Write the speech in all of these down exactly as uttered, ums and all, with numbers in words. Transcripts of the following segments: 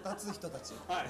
立つ人たち、 はい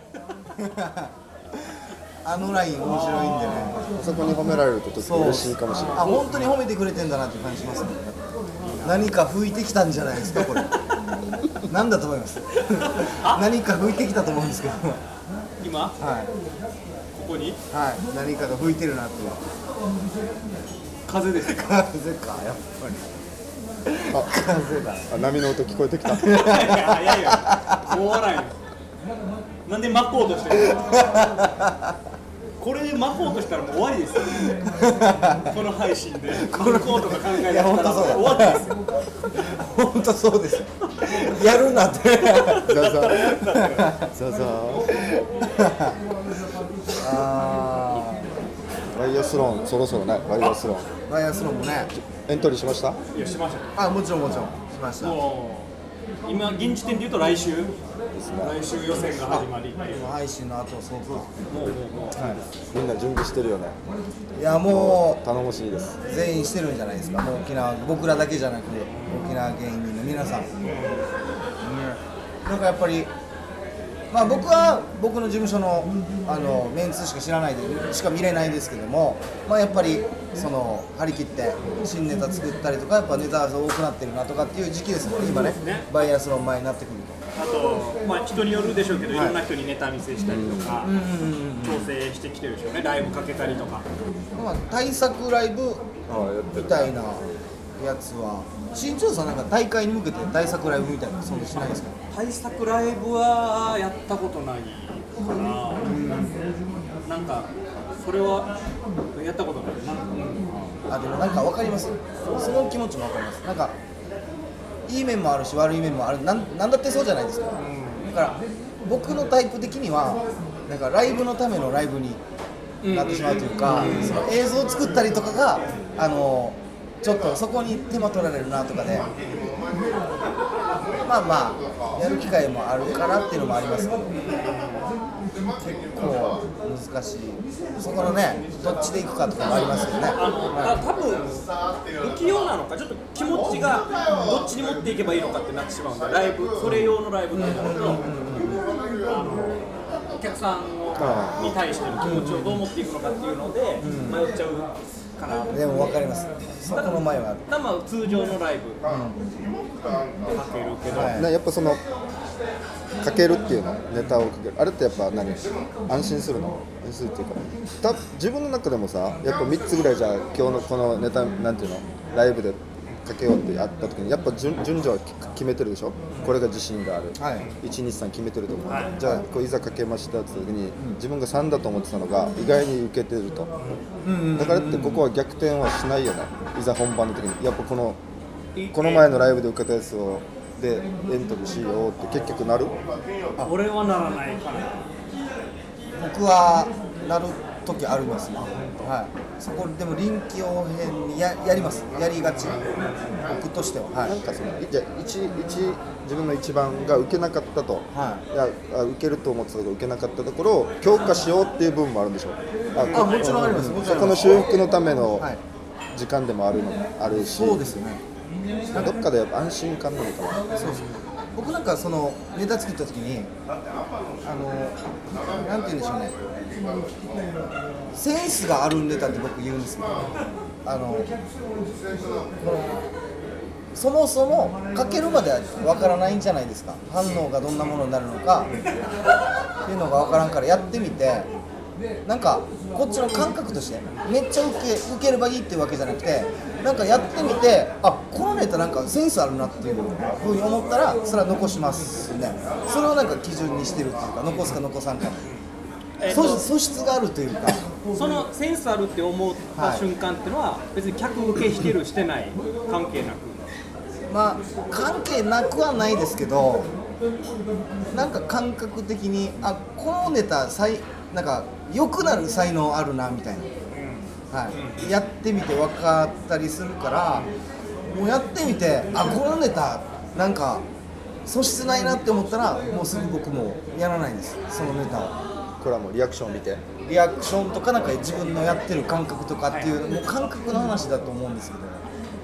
あのライン面白いんでね、 あそこに褒められるとちょっと嬉しいかもしれない。 あ、本当に褒めてくれてんだなっていう感じしますね。何か吹いてきたんじゃないですかこれ何だと思います何か吹いてきたと思うんですけど今、 はい、 ここに、 はい、何かが吹いてるなっていう風ですか風か、やっぱりあ、 風だ。 あ、波の音聞こえてきた。 いやいやいやいや、大笑いよ。なんで巻こうとしてるのこれで巻こうとしたらもう終わりですよこの配信で巻こうとか考えたら終わりですよ本当そうですよやるなってそうそうそうそうあバイアスロンそろそろね。バイアスロンーバイアスロンもね、 エントリーしました？ いやしましたね。 あ、もちろんもちろんしました。 もう今現時点で言うと来週ですね。 来週予選が始まり、 配信の後そうか。 もうもうもう、はい、 みんな準備してるよね。 いやも頼もしいです。 う全員してるんじゃないですか。もう沖縄、僕らだけじゃなくて沖縄芸人の皆さん、うん、なんかやっぱりまあ僕は僕の事務所のあのメンツしか知らないでしか見れないですけども、まあやっぱりその張り切って新ネタ作ったりとかやっぱネタが多くなってるなとかっていう時期ですもんね今ね。バイアスロン前になってくると。 あと、まあ、人によるでしょうけど、はい、いろんな人にネタ見せしたりとか、うんうんうん、調整してきてるでしょうね、ライブかけたりとか、 まあ、対策ライブみたいなやつは、新庄さんなんか大会に向けて対策ライブみたいなのそんなしないですか？ 対策ライブはやったことないかな、うん、なんか、それはやったことないなんか、 うん、あ、でもなんか分かります、その気持ちも分かります。なんかいい面もあるし悪い面もある、なん、なんだってそうじゃないですか、うん、だから僕のタイプ的にはなんかライブのためのライブになってしまうというか、うん、その映像を作ったりとかがあのちょっとそこに手間取られるなとかで、まあまあやる機会もあるからっていうのもありますけど、結構難しい、そこのねどっちでいくかとかもありますよね。 あの、はい、多分不器用なのかちょっと気持ちがどっちに持っていけばいいのかってなってしまうんで、ライブそれ用のライブになると、あのお客さんをに対しての気持ちをどう持っていくのかっていうので迷っちゃうかな。 でも分かります、そこの前はある。 まあ通常のライブ、うん、かけるけど、 はい、やっぱそのかけるっていうの、ネタをかける、あれってやっぱ何、安心するの、安心するっていうか、た自分の中でもさ、やっぱみっつぐらいじゃあ今日のこのネタなんていうの、ライブでかけようってやった時にやっぱ順順序は決めてるでしょ、これが自信がある、はい、いちにさん決めてると思う、はい、じゃあこういざかけましたって時に、うん、自分がさんだと思ってたのが意外に受けてると、うんうんうんうん、だからってここは逆転はしないよね、いざ本番の時にやっぱこのこの前のライブで受けたやつをでエントリーしようって結局なる？ あ、俺はならないかな。 僕はなる時ありますね。はい。そこでも臨機応変に や, やります。やりがち。僕としては。はい。 なんかそのじゃ一一自分の一番が受けなかったと、はい、いや受けると思ってたけど受けなかったところを強化しようっていう部分もあるんでしょう。 あ、あもちろんあります。 そこの修復のための時間でもあるのあるし。 そうですよね。 どっかでやっぱ安心感なのかな。 そうそう。僕なんかそのネタ作った時にあのなんて言うんでしょうね、センスがあるネタって僕言うんですけど、あのそもそもかけるまでは分からないんじゃないですか、反応がどんなものになるのかっていうのが分からんからやってみて、なんかこっちの感覚としてめっちゃ受け、受ければいいっていうわけじゃなくて、なんかやってみて、あ、このネタなんかセンスあるなっていうふうに思ったらそれは残しますね。それをなんか基準にしてるっていうか、残すか残さんか、えっと、素質があるというか、 そのセンスあるって思った瞬間っていうのは別に客受けしてるしてない関係なく、 まあ関係なくはないですけど、なんか感覚的にあ、このネタ最なんか良くなる才能あるなみたいな、はい、やってみて分かったりするから、もうやってみて、あ、このネタなんか素質ないなって思ったらもうすぐ僕もやらないんです、そのネタを。 これはもうリアクションを見て、 リアクションとかなんか自分のやってる感覚とかっていう、もう感覚の話だと思うんですけど、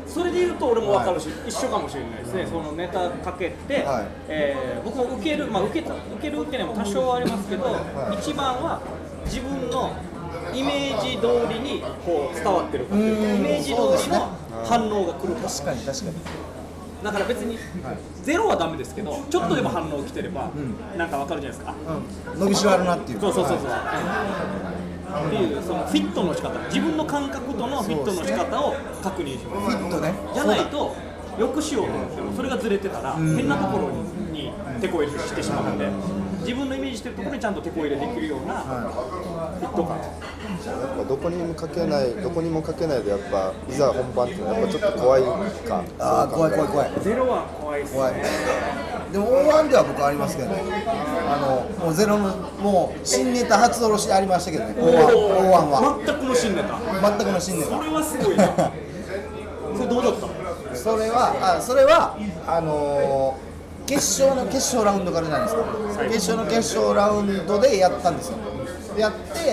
それで言うと俺も分かるし、はい、一緒かもしれないですね、そのネタかけて、はい、えー、僕も受ける、まあ、受けた受ける受けないも多少はありますけど、はい、一番は自分のイメージ通りにこう伝わってるかっていうか、イメージ通りの反応が来るか。 確かに確かに。 だから別にゼロはダメですけど、ちょっとでも反応来てれば、うん、なんか分かるじゃないですか、 うん、伸びしろあるなっていう。 そうそうそうそう、はい、っていうそのフィットの仕方、自分の感覚とのフィットの仕方を確認します。 フィットね。 じゃないとよくしようと思ってもそれがずれてたら、うん、変なところに手こ入れしてしまうので、自分のイメージしてるところにちゃんと手こ入れできるようなフィット感。 やっぱどこにもかけない、どこにもかけないでやっぱいざ本番っていうのはやっぱちょっと怖いか。 ああ、怖い怖い怖い。 ゼロは怖いですね。 怖い。でもオーワンでは僕ありますけどね。あのもうゼロのもう新ネタ初おろしありましたけどね。オーワンは全くの新ネタ。 全くの新ネタ。 それはすごいな。それどうだったの？ それはあそれはあのー、決勝の決勝ラウンドからじゃないですか。決勝の決勝ラウンドでやったんですよ。やって、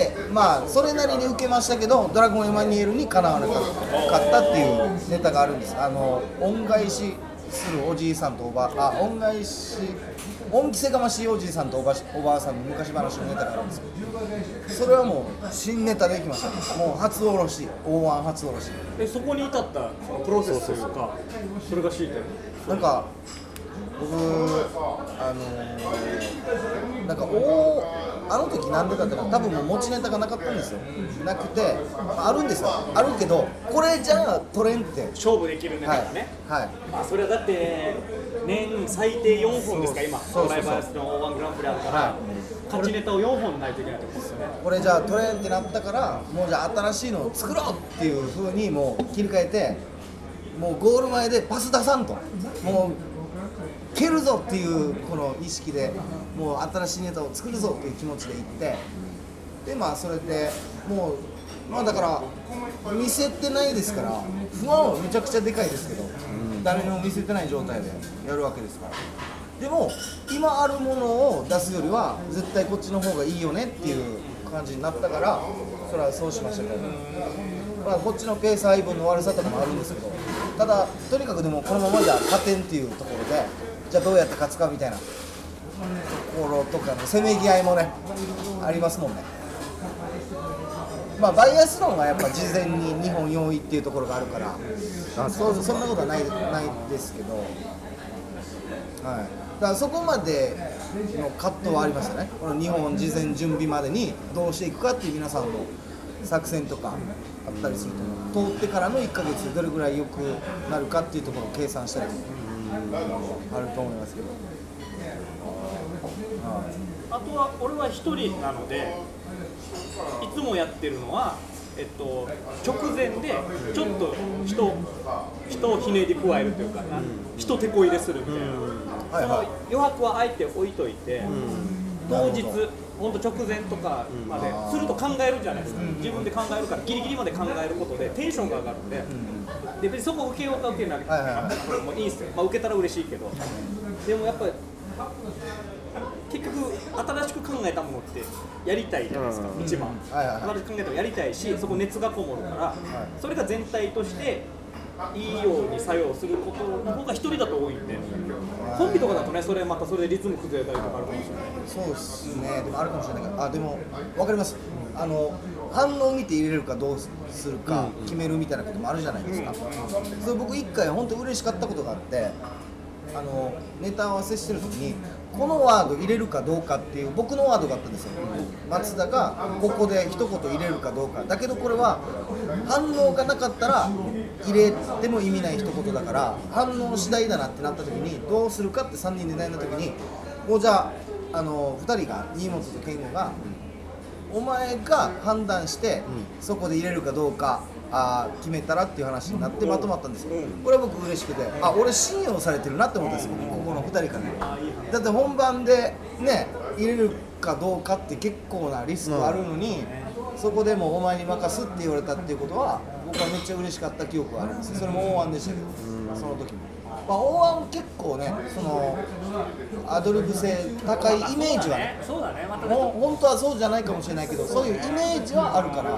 まあそれなりに受けましたけど、ドラゴンエマニュエルにかなわなかったっていうネタがあるんです。あの恩返しするおじいさんとおばあ、恩返し恩着せがましいおじいさんとおばおばあさんの昔話のネタがあるんですけど、それはもう新ネタでいきました。もう初おろし、大腕初おろし。 でそこに至ったそのプロセスというか、それが敷いてる。 なんか僕あのー、なんかおあの時なんでかっていうのは多分もう持ちネタがなかったんですよ。なくて、まあ、あるんですよ。あるけどこれじゃあ取れんって勝負できるネタがね。 はい。はい、 まあそれはだって年最低よんほんですか今。ドライバースのオーワングランプリあるから、はい、勝ちネタをよんほんないといけないってことですよね。 これじゃあ取れんってなったからもうじゃあ新しいのを作ろうっていう風にもう切り替えて、もうゴール前でパス出さんともう。蹴るぞっていうこの意識でもう新しいネタを作るぞっていう気持ちでいって、でまあそれでもうまあだから見せてないですから不安はめちゃくちゃでかいですけど、誰にも見せてない状態でやるわけですから。でも今あるものを出すよりは絶対こっちの方がいいよねっていう感じになったから、それはそうしましたけど、まあ、こっちのペース配分の悪さとかもあるんですけど、ただとにかくでもこのままじゃ勝てんっていうところで、じゃあどうやって勝つかみたいなところとかのせめぎ合いもねありますもんね。まあバイアスロンはやっぱ事前ににほん用意っていうところがあるから、そうそんなことはないないですけど、はい、だからそこまでのカットはありますよね。このにほん事前準備までにどうしていくかっていう皆さんの作戦とかあったりすると、通ってからのいっかげつでどれぐらい良くなるかっていうところを計算したりとかあると思いますけど、 あとは俺は一人なのでいつもやってるのは、えっと、直前でちょっと人人をひねり加えるというか、人手こ入れするみたいな、その余白はあえて置いといて、当日本当直前とかまですると考えるじゃないですか。自分で考えるからギリギリまで考えることでテンションが上がるんで、で別にそこ受けようか受けなきゃもういいんですよ。まあ受けたら嬉しいけど、でもやっぱり結局新しく考えたものってやりたいじゃないですか、うん、一番、はいはいはい、新しく考えたものやりたいし、そこ熱がこもるから、はい、それが全体としていいように作用することの方が一人だと多いんで、はい、コンビとかだとね、それまたそれでリズム崩れたりとかあるかもしれない。 そうですね、でもあるかもしれないけど、あでも分かります、あの反応を見て入れるかどうするか決めるみたいなこともあるじゃないですか、うん、それ僕一回本当嬉しかったことがあって、あのネタ合わせしてる時にこのワード入れるかどうかっていう僕のワードがあったんですよ。松田がここで一言入れるかどうかだけど、これは反応がなかったら入れても意味ない一言だから反応次第だなってなった時にどうするかってさんにんで悩んだ時に、もうじゃあ、あのふたりが新本と健吾がお前が判断してそこで入れるかどうかあ決めたらっていう話になってまとまったんですよ。これは僕嬉しくて、あ俺信用されてるなって思ったんですよ、ここのふたりから。だって本番でね入れるかどうかって結構なリスクあるのに、そこでもうお前に任すって言われたっていうことは僕はめっちゃ嬉しかった記憶があるんですよ。それも大腕でしたけど、その時も、まあ、大腕結構ねそのアドリブ性高いイメージはね、 そうだね、またもう本当はそうじゃないかもしれないけど、そういうイメージはあるから。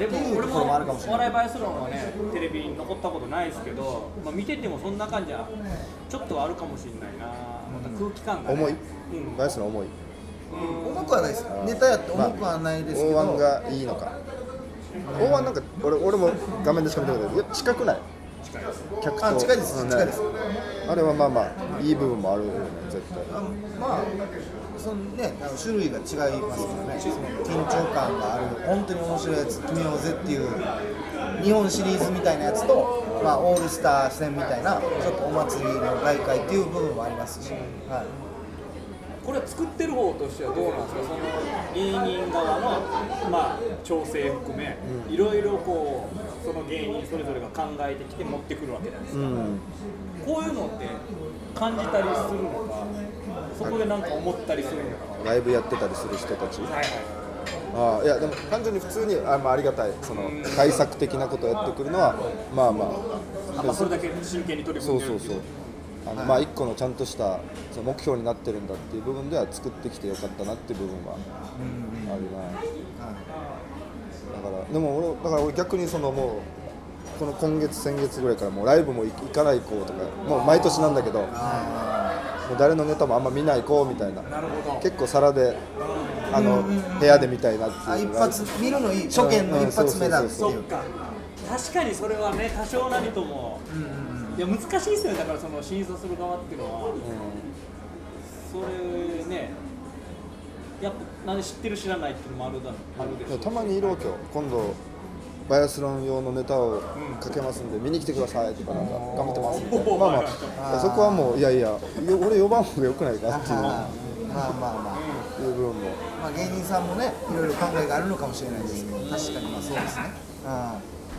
でも俺もっていうところもあるかもしれないお笑いバイアスロンはねテレビに残ったことないですけど、まあ、見ててもそんな感じはちょっとはあるかもしれないな、また空気感が、ね、 重い、 うんバイアスロン重い、 重くはないです。ネタやって重くはないですけど、 まあ、大腕がいいのか、大腕なんか俺俺も画面でしか見たことないけど近くない、 近いです客とあ近いですうんね近いですあれはまあまあいい部分もあるよね絶対。 あまあそのね、なんか種類が違いますからね、その緊張感がある、本当に面白いやつ決めようぜっていう日本シリーズみたいなやつと、まあ、オールスター戦みたいな、ちょっとお祭りの大会っていう部分もありますし、はい、 これは作ってる方としてはどうなんですか、その芸人側の、まあ、調整含め、いろいろこうその芸人それぞれが考えてきて持ってくるわけじゃないですか、 うん、 こういうのって感じたりするのか、そこでなんか思ったりするのか。 ライブやってたりする人たち、 はいはいああいやでも単純に普通に あ,、まあ、ありがたいその対策的なことをやってくるのはまあまあ、 あまあ、それだけ真剣に取り組んでるそうそうそうあの、まあ一個のちゃんとしたその目標になってるんだっていう部分では作ってきてよかったなっていう部分はあるな、だからでも俺だから俺逆にそのもうこの今月先月ぐらいからもうライブも行かない子とかもう毎年なんだけどもう誰のネタもあんま見ない子みたいななるほど結構皿であの部屋で見たいなっていうあ一発見るのいい、初見の一発目だっていう、 そっか、確かにそれはね多少なりとも、いや難しいですよね、だからその審査する側っていうのは、それねやっぱなんで知ってる知らないっていうのもあるだあるでしょう。 たまにいるわけよ今度バイアスロン用のネタをかけますんで見に来てくださいとかなんか頑張ってますみたいな、まあまあそこはもういやいやよ俺呼ばん方がよくないかっていうまあまあまあいう部分もまあ、芸人さんもね、いろいろ考えがあるのかもしれないですけど、確かにまあそうですね。あ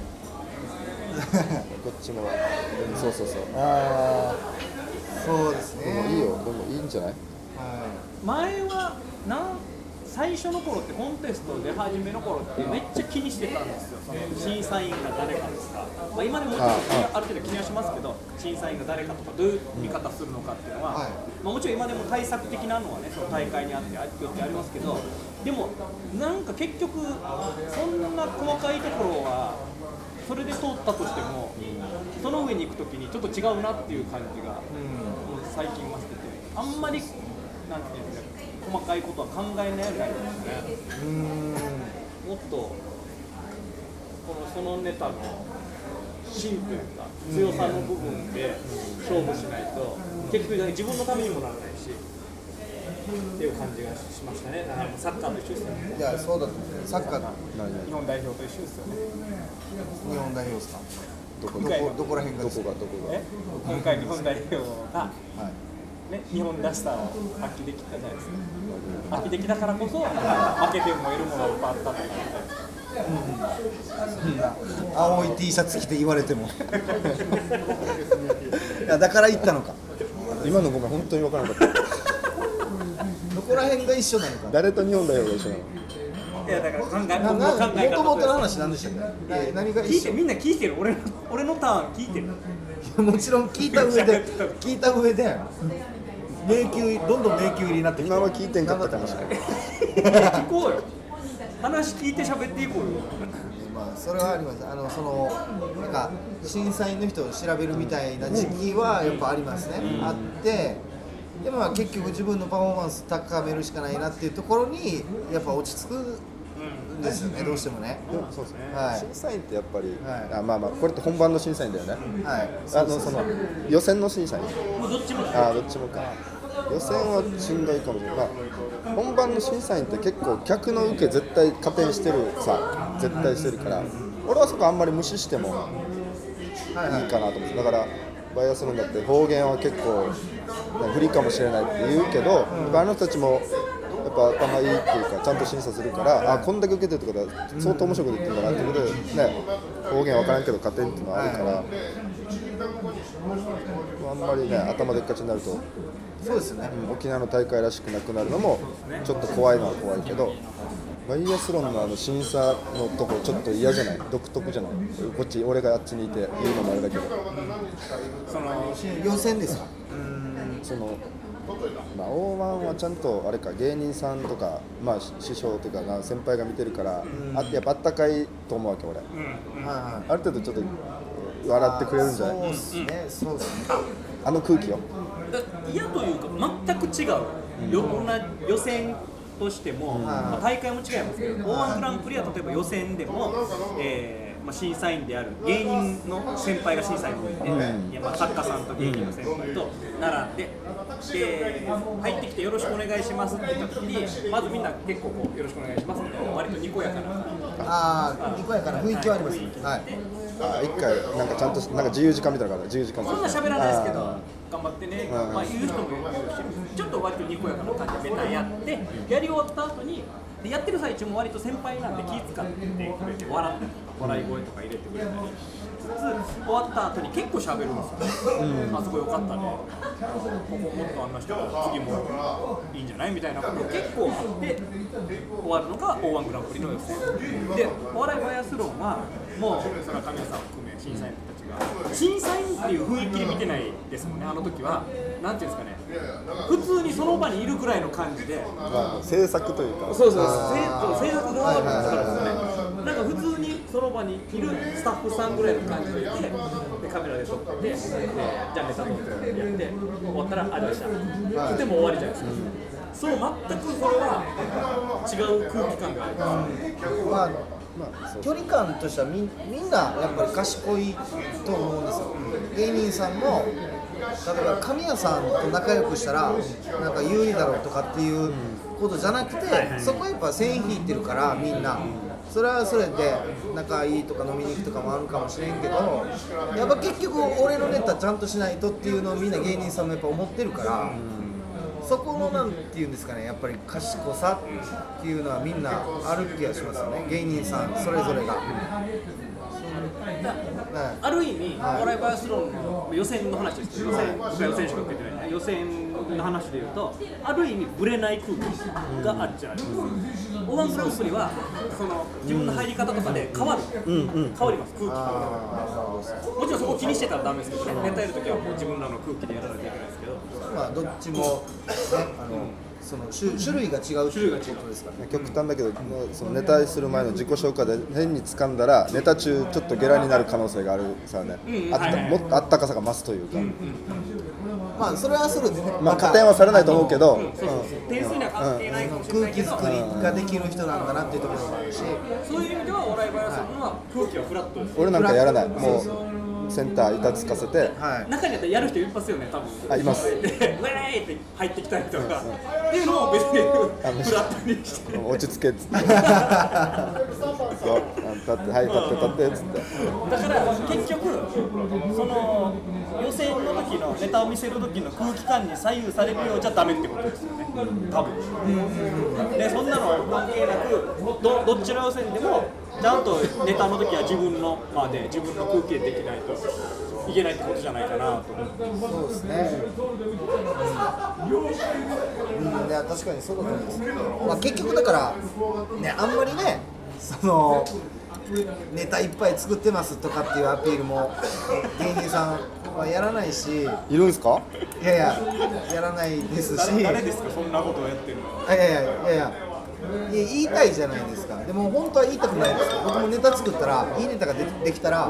こっちもそうそうそうあそうですでもいいね。 よでもいいんじゃないは前はなん最初の頃ってコンテスト出始めの頃ってめっちゃ気にしてたんですよ、その審査員が誰かとか、まあ、今でももちろんある程度気にはしますけど、審査員が誰かとかどういう見方するのかっていうのは、 はいまあ、もちろん今でも対策的なのはねその大会にあってよってありますけど、でもなんか結局そんな細かいところはそれで通ったとしてもその上に行くときにちょっと違うなっていう感じが、もう最近はしてて、あんまりなんていうんですか細かいことは考えないようになりましたね。 うーんもっとこのそのネタの芯というか強さの部分で勝負しないと結局自分のためにもならないしっていう感じがしましたね。だからサッカーと一緒ですよね。 いや、そうだと思う。サッカーの日本代表と一緒ですよね。 日本代表ですか。 どこどこどこら辺がどですか。 こがどこがえ今回日本代表が、 はい。 ね、日本らしさを発揮できたじゃないですか。発揮できたからこそ負けても得るものがいっぱいあったとかね。 青い T シャツ着て言われても。いやだから言ったのか。 今のごめん本当に分からなかったどこら辺が一緒なのか。 誰と日本代表が一緒なのいやだから考えな僕の考え方もともとの話なんでしたっけ。え何が一緒。 聞いてみんな聞いてる俺の俺のターン聞いてる。 もちろん聞いた上で聞いた上で迷宮どんどん迷宮入りになってきて今は聞いてんかったかもしれない聞こうよ。話聞いて喋っていこうよ。 まあそれはあります。あのそのなんか審査員の人を調べるみたいな時期はやっぱありますね。あってでもまあ結局自分のパフォーマンス高めるしかないなっていうところにやっぱ落ち着くんですよね。どうしてもね。 そうですね、 はい審査員ってやっぱり、 はいあまあまあこれって本番の審査員だよね、 はい。 あのその予選の審査員もうどっちもあどっちもか予選はしんどいかもしれない、まあ、本番の審査員って結構客の受け絶対加点してるさ絶対してるから俺はそこあんまり無視してもはいはいいいかなと思ってだからバイアスロンだって方言は結構不利かもしれないって言うけど、やっぱあの人たちもやっぱ頭いいっていうかちゃんと審査するからあこんだけ受けてるってことは相当面白く言ってるんだなってことでね方言わからんけど加点っていうのはあるから、あんまりね頭でっかちになると、 そうですよね。 うん沖縄の大会らしくなくなるのもちょっと怖いのは怖いけどバイアスロンのあの審査のとこちょっと嫌じゃない独特じゃないこっち俺があっちにいて言うのもあれだけどその予選ですか。 そのまあ、オーワンはちゃんとあれか芸人さんとか、まあ、師匠というかな先輩が見てるから、うん、あやっぱあったかいと思うわけ俺、うんうん、ある程度ちょっと笑ってくれるんじゃない？ そうですね、そうですね。 あの空気よ。 嫌というか全く違う、うん、よ予選としても、うんまあ、大会も違いますけど、オーワングランプリは例えば予選でも、えーまあ、審査員である芸人の先輩が審査員を置いて、うん、いやまあ作家さんと芸人の先輩と並んで、で入ってきてよろしくお願いしますって言った時にまずみんな結構こうよろしくお願いしますみたいな割とにこやかなああにこやかな雰囲気はありますね。はい。 あ一回なんかちゃんとなんか自由時間みたいなから自由時間そんな喋らないですけど頑張ってね、まあ、言う人もいるしちょっと割とにこやかな感じでネタやってやり終わった後にでやってる最中も割と先輩なんで気遣ってくれて笑って笑い声とか入れてくれたりつつ終わった後に結構喋るんですよ、うん、あそこ良かったねここもっとあんな人が次もいいんじゃないみたいなこと結構あって終わるのがオーワングランプリの予選でお笑いバイアスロンはもうそれは神谷さんを含め審査員たちが審査員っていう雰囲気で見てないですもんね。あの時はなんていうんですかね普通にその場にいるくらいの感じで、 まあ、制作というかそうそう制作側だからですね。なんか普通にその場にいるスタッフさんぐらいの感じでいてでカメラで撮ってでじゃあネタ撮ってやって終わったらありましたはいでも終わりじゃないですか、うん、そう全くそれは違う空気感があります、 まあまあ、距離感としては み, みんなやっぱり賢いと思うんですよ。芸人さんも例えば神谷さんと仲良くしたらなんか有利だろうとかっていうことじゃなくて、そこはやっぱ線引いてるからみんなそれはそれで仲いいとか飲みに行くとかもあるかもしれんけどやっぱ結局俺のネタちゃんとしないとっていうのをみんな芸人さんもやっぱ思ってるからそこのなんていうんですかねやっぱり賢さっていうのはみんなある気がしますよね芸人さんそれぞれが。 ある意味、お笑いバイアスロンの予選の話ですけど、予選、僕は予選しか受けてない、予選の話でいうと、ある意味、ぶれない空気があるじゃないですか。オーワングランプリはその自分の入り方とかで変わる、うんうん、変わります、空気が。もちろんそこを気にしてたらダメですけどね、ネタやるときはもう自分らの空気でやらなきゃいけないですけど。 まあ、どっちも、ね、あのその種, 種類が違う種類が違うことですからね。 極端だけど、そのネタする前の自己紹介で変に掴んだらネタ中ちょっとゲラになる可能性があるさね、うん、あった、はいはい、もっとあったかさが増すというか、うんうん、 まあそれはそれでね、 まあ加点はされないと思うけど、 点数には関係ないかもしれないけど、 空気作りができる人なんだなっていうところもあるし、 そういう意味ではお笑いバイアスロンは空気はフラットです。 俺なんかやらない。もうセンター板つかせて、 はい、中にやったらやる人いますよね、多分。 あ、います。 ウェーイって入ってきたりとか、っていうのを別にフラットにして。 落ち着けっつって。そう、立って、はい、立って立ってっつって。 だから結局その予選の時のネタを見せる時の空気感に左右されるようじゃダメってことですよね。多分。でそんなの関係なくどどっちの予選でも。ちゃんとネタの時は自分のまで自分の空気でできないといけないってことじゃないかなと。 そうですね。うん、いや確かにそうだと思います。まあ結局だからねあんまりねそのネタいっぱい作ってますとかっていうアピールも芸人さんはやらないし。 いるんですか？ いやいややらないですし。 誰ですかそんなことをやってるの？ いやいやいやいや。言いたいじゃないですか。でも本当は言いたくないですよ。僕もネタ作ったらいいネタが で, できたら、うん、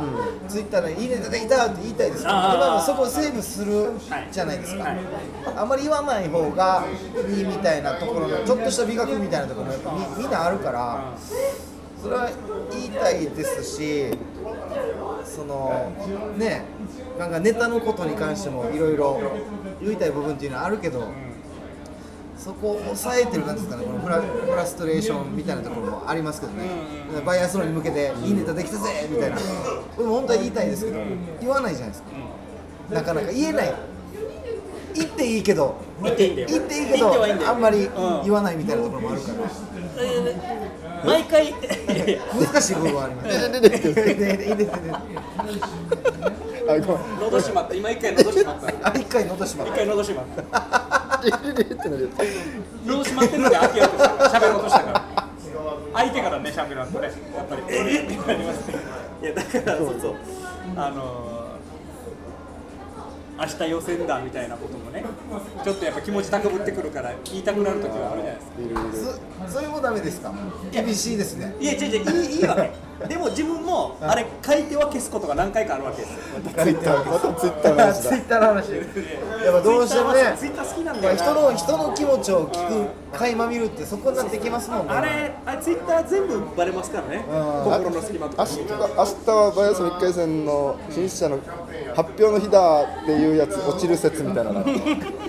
ツイッターでいいネタできたって言いたいですけど、まあ、そこをセーブするじゃないですか、はいはい、あんまり言わない方がいいみたいなところのちょっとした美学みたいなところもやっぱ み, みんなあるからそれは言いたいですしそのねなんかネタのことに関してもいろいろ言いたい部分っていうのはあるけどそこを抑えてるなんですかね、このフ ラ, フラストレーションみたいなところもありますけどね、うんうん、バイアスロンに向けていいネタできたぜみたいな、これも本当は言いたいですけど、言わないじゃないですか、なかなか言えない、言っていいけど、 言っていいんだよ、 言っていいけど、あんまり言わないみたいなところもあるから、 うん、毎回、 難しい部分はあります。 喉しまった、今一回喉しまった。 あ、一回喉しまった。 一回喉しまった。喉しまってるので開けようとした喋ろうとしたから相手からね喋らんとねやっぱりええってなりますね。いやだからそうそうあのー、 明日予選だみたいなこともねちょっとやっぱ気持ち高ぶってくるから言いたくなる時はあるじゃないですか。 いるいるそそれもダメですか？厳しいですね。 いや違う違ういいいいわけでも自分もあれ書いては消すことが何回かあるわけですよ。 ツイッターまたツイッターの話だツイッターの話やっぱどうしてもねツイッター好きなんだよな。 人の人の気持ちを聞く垣間見るってそこになってきますもんね。 あれあれツイッター全部バレますからね心の隙間とか明日明日はバイアスのいっかい戦の進出者の発表の日だっていうやつ落ちる説みたいなのがもう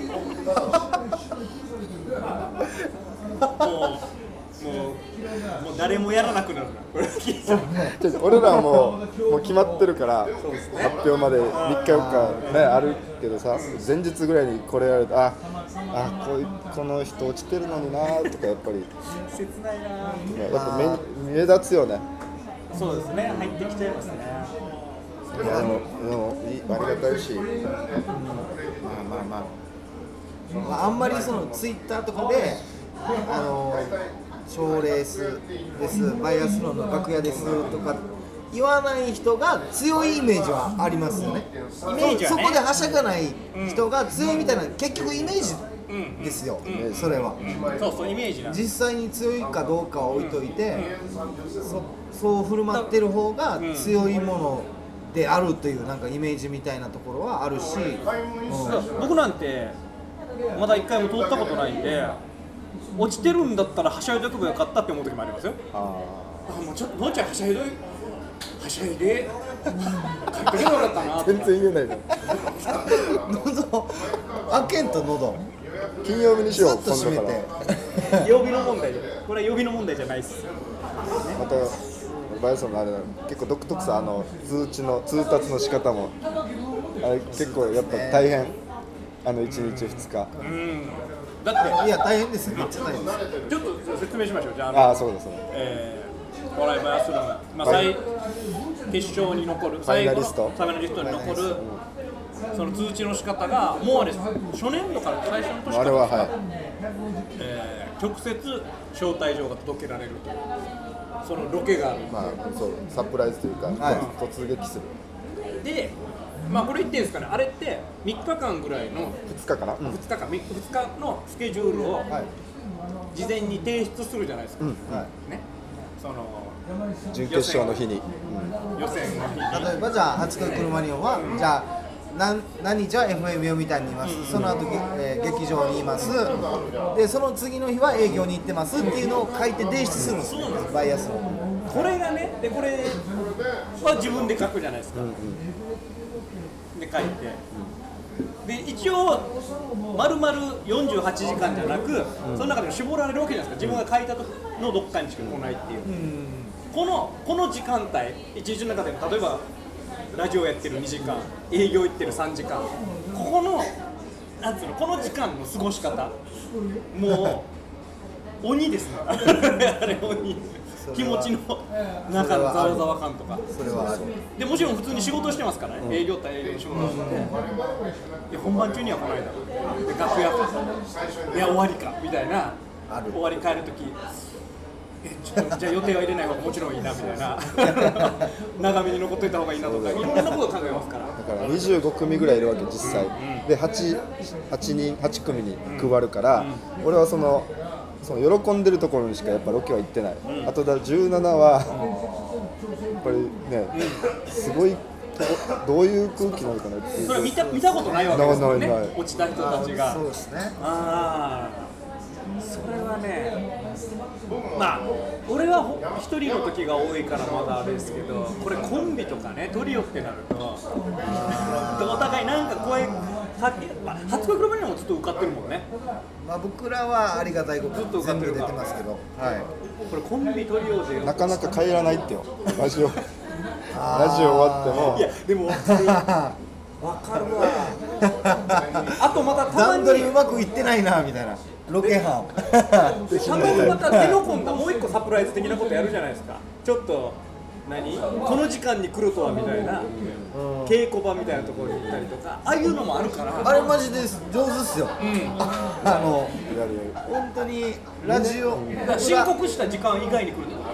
もうもう誰もやらなくなるなこれ聞いたら俺らはもうもう決まってるから発表までみっかよっかねあるけどさ前日ぐらいにこれやるとああこういうこの人落ちてるのになとかやっぱり切ないな。 やっぱ目目立つよね。 そうですね入ってきちゃいますね。 いやでもでもいいありがたいし、まあまあまあまあ、あんまりそのツイッターとかであの賞レースですバイアスロンの楽屋ですとか言わない人が強いイメージはありますよね。 イメージはねそそこではしゃがない人が強いみたいな結局イメージですよ、 うんそれは。 そうそうイメージなんです。 実際に強いかどうかは置いといて、そそう振る舞ってる方が強いものであるというなんかイメージみたいなところはあるし、うん僕なんてまだ一回も通ったことないんで落ちてるんだったらはしゃいでおけばよかったって思う時もありますよ。 ああもうちょっともうちょいはしゃいではしゃいで帰ってけばよかったなー全然言えないの喉開けんと喉金曜日にしようずっと閉め今度かて曜日の問題でこれは曜日の問題じゃないです。 らまたバイアスのあれだ結構独特さあの通知の通達の仕方もあれ結構やっぱ大変あのいちにちふつかうんだっていや大変ですよめっちゃ大変ですちょっと説明しましょう。じゃああのああそうですねえー、お笑いバイアスロン、まあ、最決勝に残る最後のファイナリストに残るその通知の仕方がもうあれ初年度から最初の年からあれははいえー、直接招待状が届けられるというそのロケがある。 まあそうサプライズというか、 はい突撃するで、まあこれ言っていいんですかね、あれってみっかかんぐらいのふつかかな、うんふつかかん、ふつかのスケジュールをはい事前に提出するじゃないですか、 うんはいね、その準決勝の日に、 予選の日に例えばじゃあ初恋車には、じゃあ何何日は エフエム 読谷にいます、その後、えー劇場にいますでその次の日は営業に行ってますっていうのを書いて提出するんですよバイアスのこれがね、でこれは自分で書くじゃないですか、で書いて、で一応丸々よんじゅうはちじかんじゃなく、その中でも絞られるわけじゃないですか、自分が書いた時のどっかにしか来ないっていう、このこの時間帯一日の中で例えばラジオやってるにじかん、営業行ってるさんじかん、ここのなんつうの、この時間の過ごし方もう鬼ですねあれ鬼気持ちの中のざわざわ感とかそれはあるでもちろん普通に仕事してますからね、うん、営業対営業の仕事をしてて、で本番中には来ないだろうで楽屋いや終わりかみたいな、 ある終わり帰るときえちょっとじゃあ予定は入れない方がもちろんいいなみたいな長めに残っといた方がいいなとかいろんなことを考えますからだからにじゅうごくみぐらいいるわけ実際、で 8, 8人はち組に配るから、俺はそのその喜んでるところにしかやっぱロケは行ってない、あとだじゅうななはやっぱりね、すごいどういう空気なのかなっていう、 それは見た見たことないわけですもんね、 ないないない落ちた人たちが。 そうですねああそれはね、まあ俺は一人の時が多いからまだあれですけど、これコンビとかねトリオってなるとお互いなんか声かけ、まあ、初恋車にもずっと受かってるもんね。 まあ僕らはありがたいことずっと受かってるか全部出てますけど、はいこれコンビトリオでなかなか帰らないってよラジオラジあーオ終わってもいやでもわかるわあとまたたまに段取りうまくいってないなみたいなロケ班たまにまた手の込んだもう一個サプライズ的なことやるじゃないですか。ちょっと何この時間に来るとはみたいな稽古場みたいなところに行ったりとか、ああいうのもあるからあれマジで上手っすよ、あのやるやる本当にラジオだから申告した時間以外に来るとか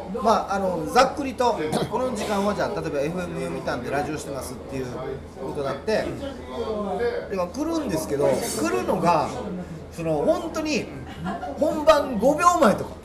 まああのざっくりとこの時間はじゃあ例えば エフエム 読谷でラジオしてますっていうことになってでも来るんですけど来るのがその本当に本番ごびょうまえとか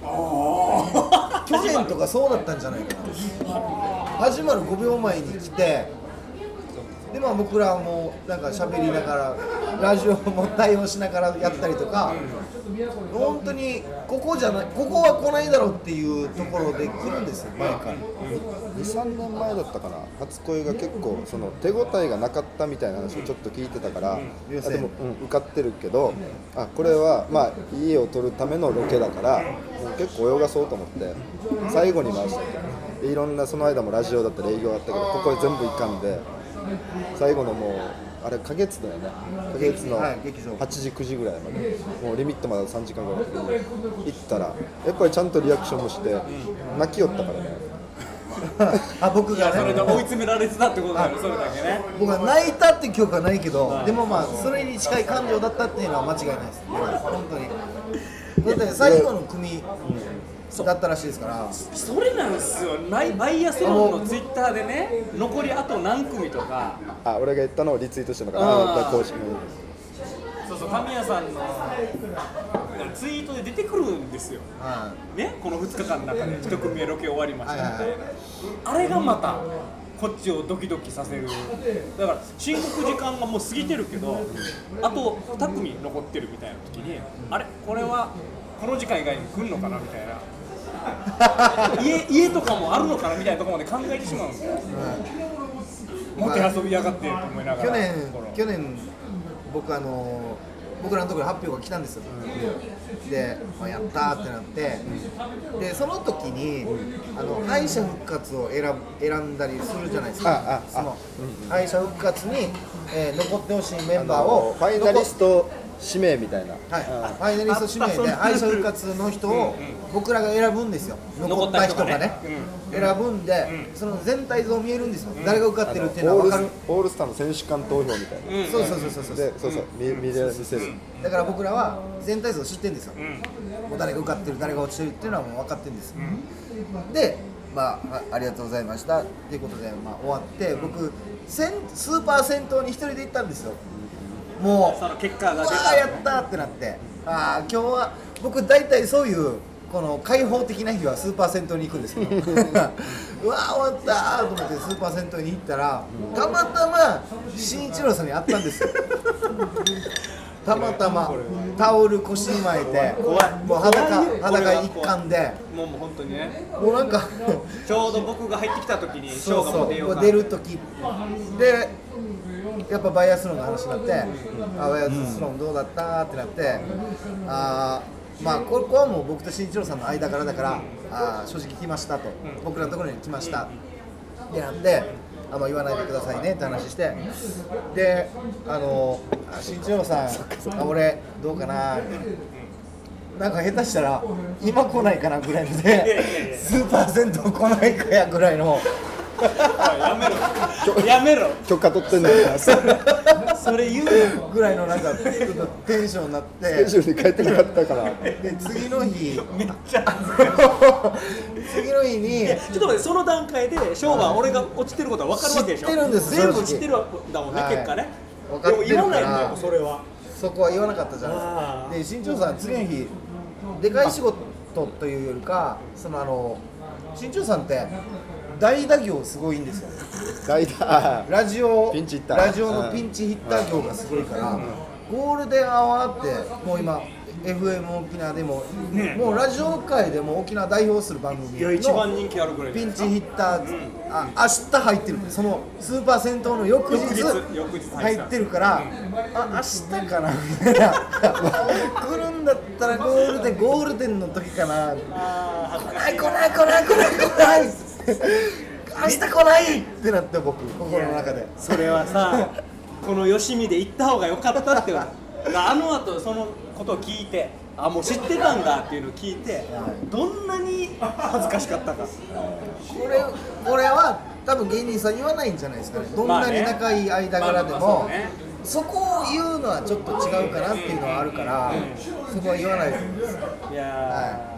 去年とかそうだったんじゃないかな始まるごびょうまえに来てでまあ僕らもなんか喋りながらラジオも対応しながらやったりとか本当にここじゃないここは来ないだろうっていうところで来るんですよ前からにさんねんまえだったかな初恋が結構その手応えがなかったみたいな話をちょっと聞いてたから、うん、あでも、うん、受かってるけどあこれはまあ家を取るためのロケだからもう結構泳がそうと思って最後に回したでいろんなその間もラジオだったり営業だったけどここで全部行かんで最後のもうあれ花月だよね花月のはちじくじぐらいまでもうリミットまでさんじかんぐらい行ったらやっぱりちゃんとリアクションもして泣きよったからねあ僕がねそれで追い詰められてたってことだよそれだけね僕は泣いたって記憶はないけどでもまあそれに近い感情だったっていうのは間違いないです本当にだって最後の組だったらしいですからそれなんですよバイアスロンのツイッターでね残りあと何組とかあ俺が言ったのをリツイートしたのかな公式のそうそう神谷さんのツイートで出てくるんですよ、はい、ねこのふつかかんの中で一組目ロケ終わりましたみたいな、はいはい、あれがまたこっちをドキドキさせるだから申告時間がもう過ぎてるけどあとに組残ってるみたいな時にあれこれはこの時間以外に来るのかなみたいな家, 家とかもあるのかなみたいなところまで考えてしまうんですよ、うん、もて遊びやがってと思いながら去年去年僕あの僕らのところに発表が来たんですよ、うん、で、まあ、やったーってなって、うん、でその時にあの敗者復活を選選んだりするじゃないですかああその敗者復活に、えー、残ってほしいメンバーをファイナリスト指名みたいな、 はい、ファイナリスト指名で敗者復活の人を僕らが選ぶんですよ残った人がね、うん、選ぶんで、うん、その全体像見えるんですよ、うん、誰が受かってるっていうのは分かるオールスターの選手間投票みたいな、 うん、そうそうそうそうそうでそうそう、うん、見, 見, 見せるだから僕らは全体像知ってるんですよ、うん、もう誰が受かってる誰が落ちてるっていうのはもう分かってるんですよ、うん、でまあ、ありがとうございましたっていうことで、まあ、終わって僕スーパー銭湯に一人で行ったんですよもうその結果が出たうわーやったーってなってあ今日は僕大体そういうこの開放的な日はスーパー銭湯に行くんですけどうわー終わったーと思ってスーパー銭湯に行ったらたまたま慎一郎さんに会ったんですよたまたまタオル腰に巻いてもう裸裸一貫でもうもう本当にねもうなんかちょうど僕が入ってきた時にショーがもう出ようか出る時でやっぱバイアスロンの話になって、あバイアスロンどうだったってなって、あまあここはもう僕と慎一郎さんの間柄だから、あ正直来ましたと、僕らのところに来ましたってなって、あんま言わないでくださいねって話して、で、あの慎一郎さん、あ俺どうかななんか下手したら今来ないかなぐらいので、スーパー銭湯来ないかやぐらいの。 やめろやめろ許可取ってんだよそれ言うぐらいのなんかテンションになってスケジュールに帰ってなかったからで次の日めっちゃ次の日にちょっと待ってその段階でショーは俺が落ちてることは分かるわけでしょ知ってるんです全部知ってるわけだもんね、はい、結果ね分かってるからでも言わないんだよそれはそこは言わなかったじゃないですかで新庄さん次の日でかい仕事というよりかそのあの新庄さんって代打業すごいんですよ代打ラジオピンチヒッターラジオのピンチヒッター業がすごいから、うん、ゴールデンアワーってもう今 エフエム 沖縄でも、ね、もうラジオ界でも沖縄代表する番組の一番人気あるぐらいピンチヒッター、うん、あ明日入ってるそのスーパー銭湯の翌日入ってるから、うん、あ明日かなみたいな来るんだったらゴールデンゴールデンの時かな来ない来ない来ない来ない来ない明日来ないってなって僕心の中でそれはさこのよしみで行った方が良かったってあの後そのことを聞いてあもう知ってたんだっていうのを聞いてどんなに恥ずかしかったかこれこれは多分芸人さん言わないんじゃないですかねどんなに仲いい間柄でもそこを言うのはちょっと違うかなっていうのはあるからそこは言わないと思いますいや、 はい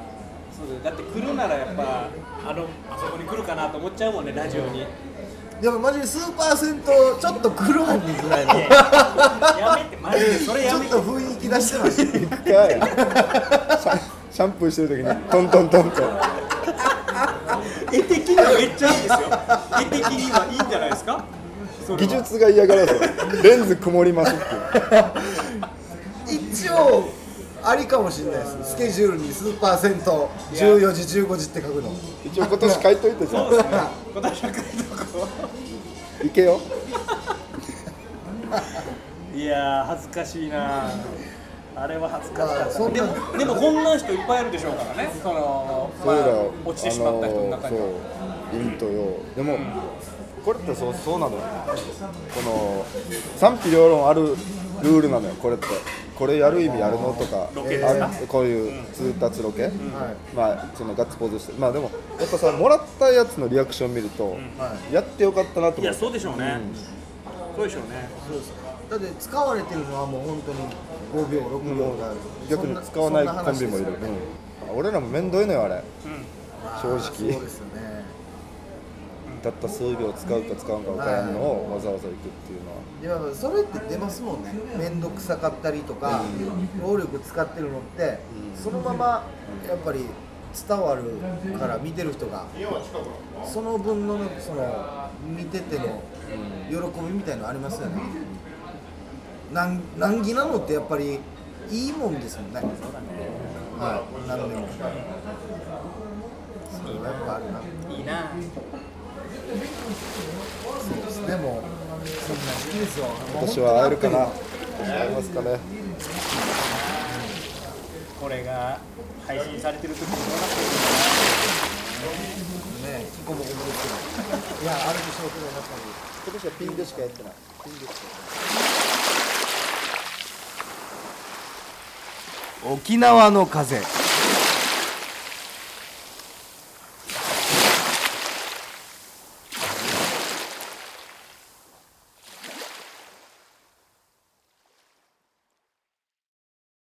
そうだって来るならやっぱあのあそこに来るかなと思っちゃうもんね、ラジオに。 でもマジで数パーセントちょっと来るもんぐらいのやめて、マジでそれやめて。 ちょっと雰囲気出してました行くかやシャシャンプーしてる時にトントントンと絵的にはめっちゃいいですよ。絵的にはいいんじゃないですか。 技術が嫌がらずレンズ曇りますって一応ありかもしれないです。スケジュールに数パーセントじゅうよじじゅうごじって書くの一応今年書いといてじゃんそうですね。今年は来るとこ。 行けよいやー恥ずかしいな。あれは恥ずかしかった。 まあそんなでもでもこんな人いっぱいいるでしょうからね。そのまあそうだ落ちてしまった人の中には。 そうインとよでも、これってそうそうなのよ。この賛否両論あるルールなのよ。これってこれやる意味あるのとか、 ロケですかあこういう通達ロケ、 はいまあそのガッツポーズして、まあでもやっぱさもらったやつのリアクション見ると、やってよかったなと思う。 いやそうでしょうね。そうでしょうね。 そうです。だって使われてるのはもう本当にごびょうろくびょうだ、 逆に使わないコンビもいる、うん、俺らも面倒いのよあれ、 うん。 正直そうですよね。 たった数秒使うか使わんか分からんのをわざわざ行くっていうのは、 いやそれって出ますもんね。面倒くさかったりとか、労力使ってるのって、そのままやっぱり伝わるから見てる人がその分のその見てての喜びみたいなのありますよね。難難儀なのってやっぱりいいもんですもんね。はい、何でも。それはやっぱあるな。 いいな。 そうです。でもそんな時期ですよ。 今年は会えるかな、会えますかね。 これが配信されてる時にどうなってるのかな。 ね、キコモコモですけど。いや、あるでしょうけど、やっぱり。 今年はピンでしかやってない。ピンでしか沖縄の風。